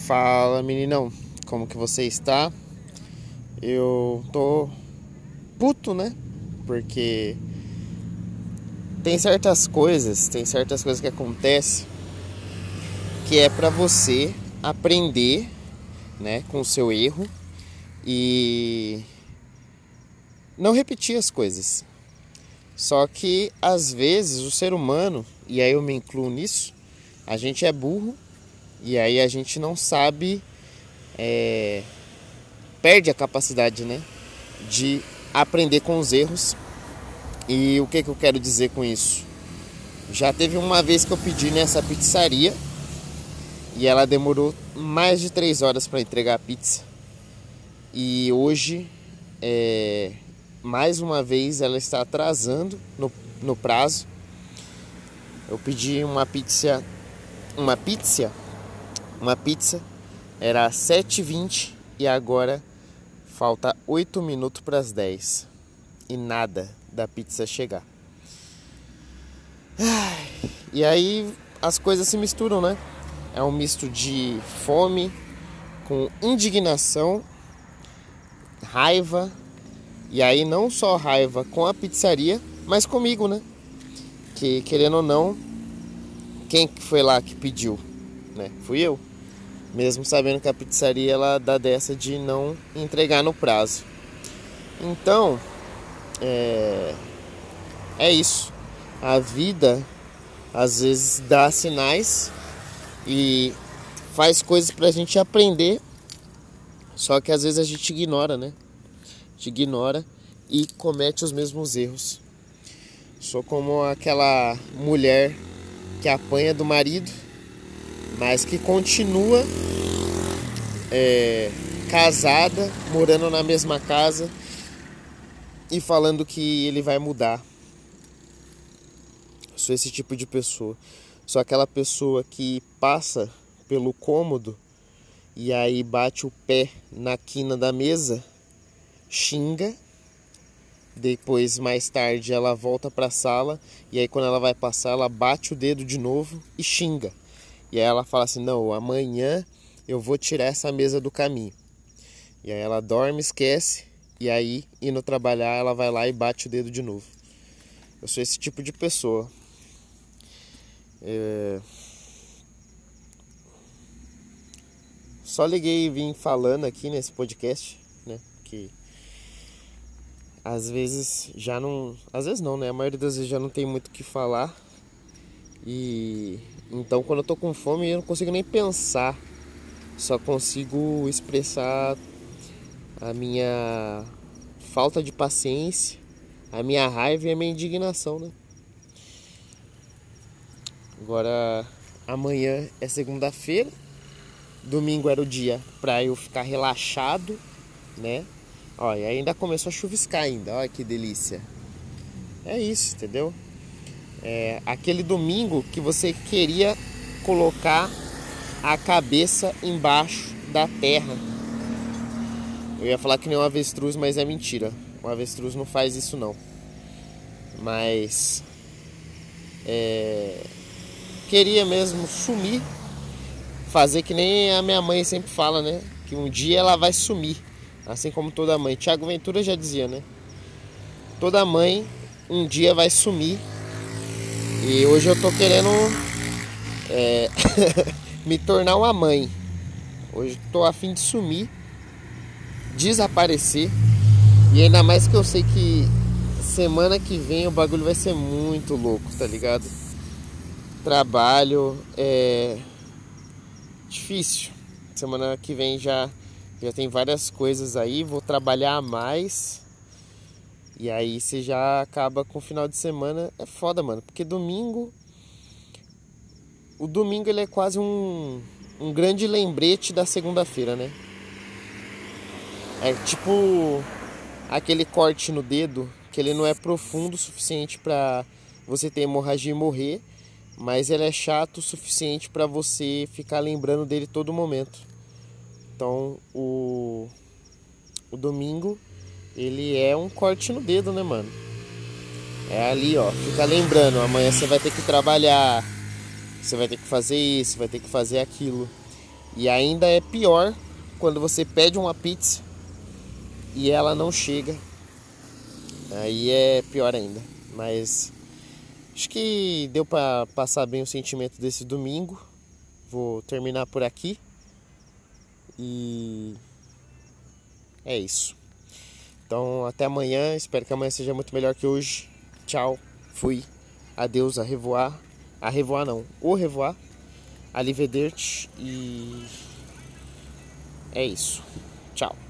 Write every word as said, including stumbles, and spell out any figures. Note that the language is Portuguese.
Fala, meninão, como que você está? Eu tô puto, né? Porque tem certas coisas, tem certas coisas que acontecem que é pra você aprender, né, com o seu erro e não repetir as coisas. Só que às vezes o ser humano, e aí eu me incluo nisso, a gente é burro e aí a gente não sabe, é, perde a capacidade, né, de aprender com os erros. E o que, que eu quero dizer com isso? Já teve uma vez que eu pedi nessa pizzaria e ela demorou mais de três horas para entregar a pizza. E hoje, é, mais uma vez, ela está atrasando no, no prazo. Eu pedi uma pizza, uma pizza, uma pizza, era sete e vinte e agora falta oito minutos para as dez. E nada da pizza chegar. E aí as coisas se misturam, né? É um misto de fome com indignação, raiva. E aí não só raiva com a pizzaria, mas comigo, né? Que querendo ou não, quem foi lá que pediu, né? Fui eu. Mesmo sabendo que a pizzaria ela dá dessa de não entregar no prazo. Então, é, é isso. A vida às vezes dá sinais e faz coisas pra gente aprender. Só que às vezes a gente ignora, né? A gente ignora e comete os mesmos erros. Sou como aquela mulher que apanha do marido, mas que continua é, casada, morando na mesma casa e falando que ele vai mudar. Sou esse tipo de pessoa. Sou aquela pessoa que passa pelo cômodo e aí bate o pé na quina da mesa, xinga. Depois, mais tarde, ela volta para a sala e aí quando ela vai passar, ela bate o dedo de novo e xinga. E aí ela fala assim, não, amanhã eu vou tirar essa mesa do caminho. E aí ela dorme, esquece, e aí, indo trabalhar, ela vai lá e bate o dedo de novo. Eu sou esse tipo de pessoa. É... Só liguei e vim falando aqui nesse podcast, né, que às vezes já não... Às vezes não, né, a maioria das vezes já não tem muito o que falar. E então quando eu tô com fome eu não consigo nem pensar. Só consigo expressar a minha falta de paciência, a minha raiva e a minha indignação, né? Agora, amanhã é segunda-feira, domingo era o dia pra eu ficar relaxado, né? Ó, e ainda começou a chuviscar ainda, olha que delícia. É isso, entendeu? É aquele domingo que você queria colocar a cabeça embaixo da terra. Eu ia falar que nem um avestruz, mas é mentira. Um avestruz não faz isso não. Mas é, queria mesmo sumir, fazer que nem a minha mãe sempre fala, né? Que um dia ela vai sumir, assim como toda mãe. Tiago Ventura já dizia, né? Toda mãe um dia vai sumir. E hoje eu tô querendo é, me tornar uma mãe. Hoje tô a fim de sumir, desaparecer. E ainda mais que eu sei que semana que vem o bagulho vai ser muito louco, tá ligado? Trabalho é difícil. Semana que vem já, já tem várias coisas aí, vou trabalhar mais. E aí você já acaba com o final de semana. É foda, mano, porque domingo... O domingo ele é quase um, um grande lembrete da segunda-feira, né? É tipo aquele corte no dedo que ele não é profundo o suficiente pra você ter hemorragia e morrer, mas ele é chato o suficiente pra você ficar lembrando dele todo momento. Então o, o domingo ele é um corte no dedo, né, mano? É ali, ó, fica lembrando, amanhã você vai ter que trabalhar, você vai ter que fazer isso, vai ter que fazer aquilo. E ainda é pior quando você pede uma pizza e ela não chega. Aí é pior ainda. Mas acho que deu para passar bem o sentimento desse domingo. Vou terminar por aqui. E é isso. Então até amanhã. Espero que amanhã seja muito melhor que hoje. Tchau. Fui. Adeus. A revoar. A revoar não. O revoar. Arrivederci. E é isso. Tchau.